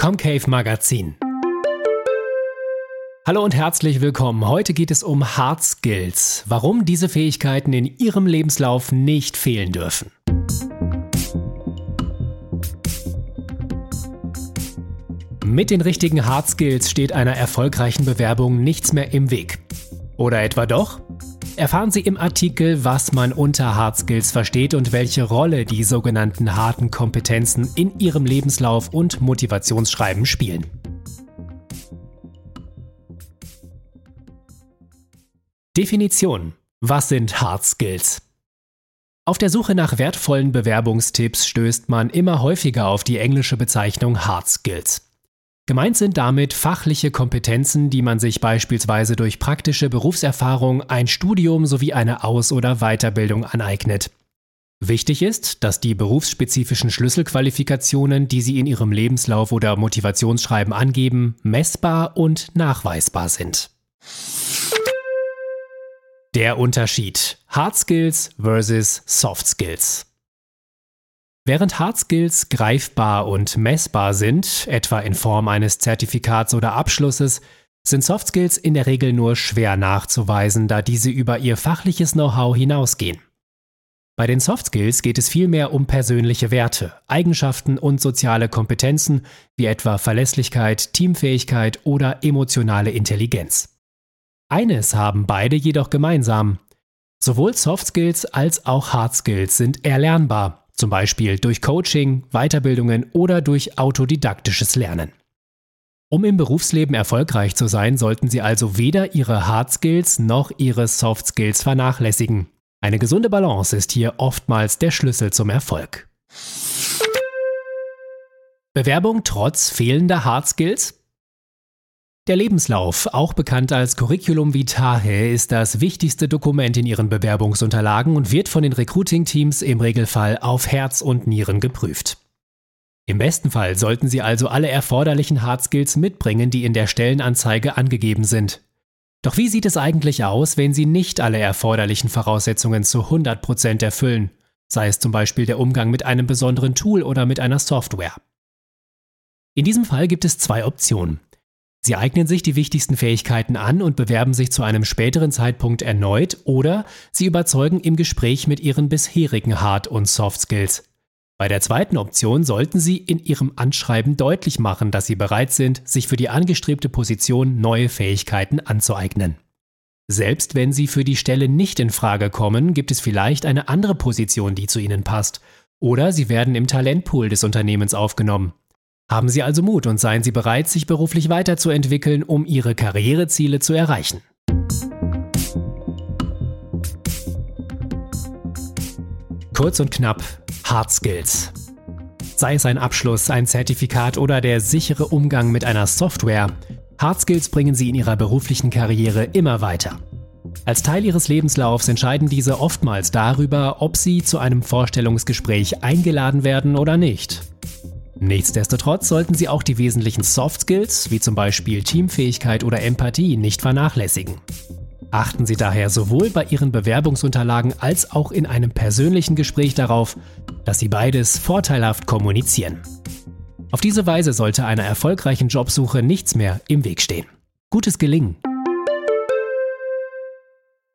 Comcave Magazin. Hallo und herzlich willkommen. Heute geht es um Hard Skills. Warum diese Fähigkeiten in Ihrem Lebenslauf nicht fehlen dürfen. Mit den richtigen Hard Skills steht einer erfolgreichen Bewerbung nichts mehr im Weg. Oder etwa doch? Erfahren Sie im Artikel, was man unter Hard Skills versteht und welche Rolle die sogenannten harten Kompetenzen in Ihrem Lebenslauf und Motivationsschreiben spielen. Definition: Was sind Hard Skills? Auf der Suche nach wertvollen Bewerbungstipps stößt man immer häufiger auf die englische Bezeichnung Hard Skills. Gemeint sind damit fachliche Kompetenzen, die man sich beispielsweise durch praktische Berufserfahrung, ein Studium sowie eine Aus- oder Weiterbildung aneignet. Wichtig ist, dass die berufsspezifischen Schlüsselqualifikationen, die Sie in Ihrem Lebenslauf oder Motivationsschreiben angeben, messbar und nachweisbar sind. Der Unterschied: Hard Skills versus Soft Skills. Während Hard Skills greifbar und messbar sind, etwa in Form eines Zertifikats oder Abschlusses, sind Soft Skills in der Regel nur schwer nachzuweisen, da diese über ihr fachliches Know-how hinausgehen. Bei den Soft Skills geht es vielmehr um persönliche Werte, Eigenschaften und soziale Kompetenzen, wie etwa Verlässlichkeit, Teamfähigkeit oder emotionale Intelligenz. Eines haben beide jedoch gemeinsam: Sowohl Soft Skills als auch Hard Skills sind erlernbar. Zum Beispiel durch Coaching, Weiterbildungen oder durch autodidaktisches Lernen. Um im Berufsleben erfolgreich zu sein, sollten Sie also weder Ihre Hard Skills noch Ihre Soft Skills vernachlässigen. Eine gesunde Balance ist hier oftmals der Schlüssel zum Erfolg. Bewerbung trotz fehlender Hard Skills? Der Lebenslauf, auch bekannt als Curriculum Vitae, ist das wichtigste Dokument in Ihren Bewerbungsunterlagen und wird von den Recruiting-Teams im Regelfall auf Herz und Nieren geprüft. Im besten Fall sollten Sie also alle erforderlichen Hard Skills mitbringen, die in der Stellenanzeige angegeben sind. Doch wie sieht es eigentlich aus, wenn Sie nicht alle erforderlichen Voraussetzungen zu 100% erfüllen, sei es zum Beispiel der Umgang mit einem besonderen Tool oder mit einer Software? In diesem Fall gibt es zwei Optionen. Sie eignen sich die wichtigsten Fähigkeiten an und bewerben sich zu einem späteren Zeitpunkt erneut, oder Sie überzeugen im Gespräch mit Ihren bisherigen Hard- und Soft Skills. Bei der zweiten Option sollten Sie in Ihrem Anschreiben deutlich machen, dass Sie bereit sind, sich für die angestrebte Position neue Fähigkeiten anzueignen. Selbst wenn Sie für die Stelle nicht in Frage kommen, gibt es vielleicht eine andere Position, die zu Ihnen passt, oder Sie werden im Talentpool des Unternehmens aufgenommen. Haben Sie also Mut und seien Sie bereit, sich beruflich weiterzuentwickeln, um Ihre Karriereziele zu erreichen. Kurz und knapp: Hard Skills. Sei es ein Abschluss, ein Zertifikat oder der sichere Umgang mit einer Software, Hard Skills bringen Sie in Ihrer beruflichen Karriere immer weiter. Als Teil Ihres Lebenslaufs entscheiden diese oftmals darüber, ob Sie zu einem Vorstellungsgespräch eingeladen werden oder nicht. Nichtsdestotrotz sollten Sie auch die wesentlichen Soft Skills, wie zum Beispiel Teamfähigkeit oder Empathie, nicht vernachlässigen. Achten Sie daher sowohl bei Ihren Bewerbungsunterlagen als auch in einem persönlichen Gespräch darauf, dass Sie beides vorteilhaft kommunizieren. Auf diese Weise sollte einer erfolgreichen Jobsuche nichts mehr im Weg stehen. Gutes Gelingen!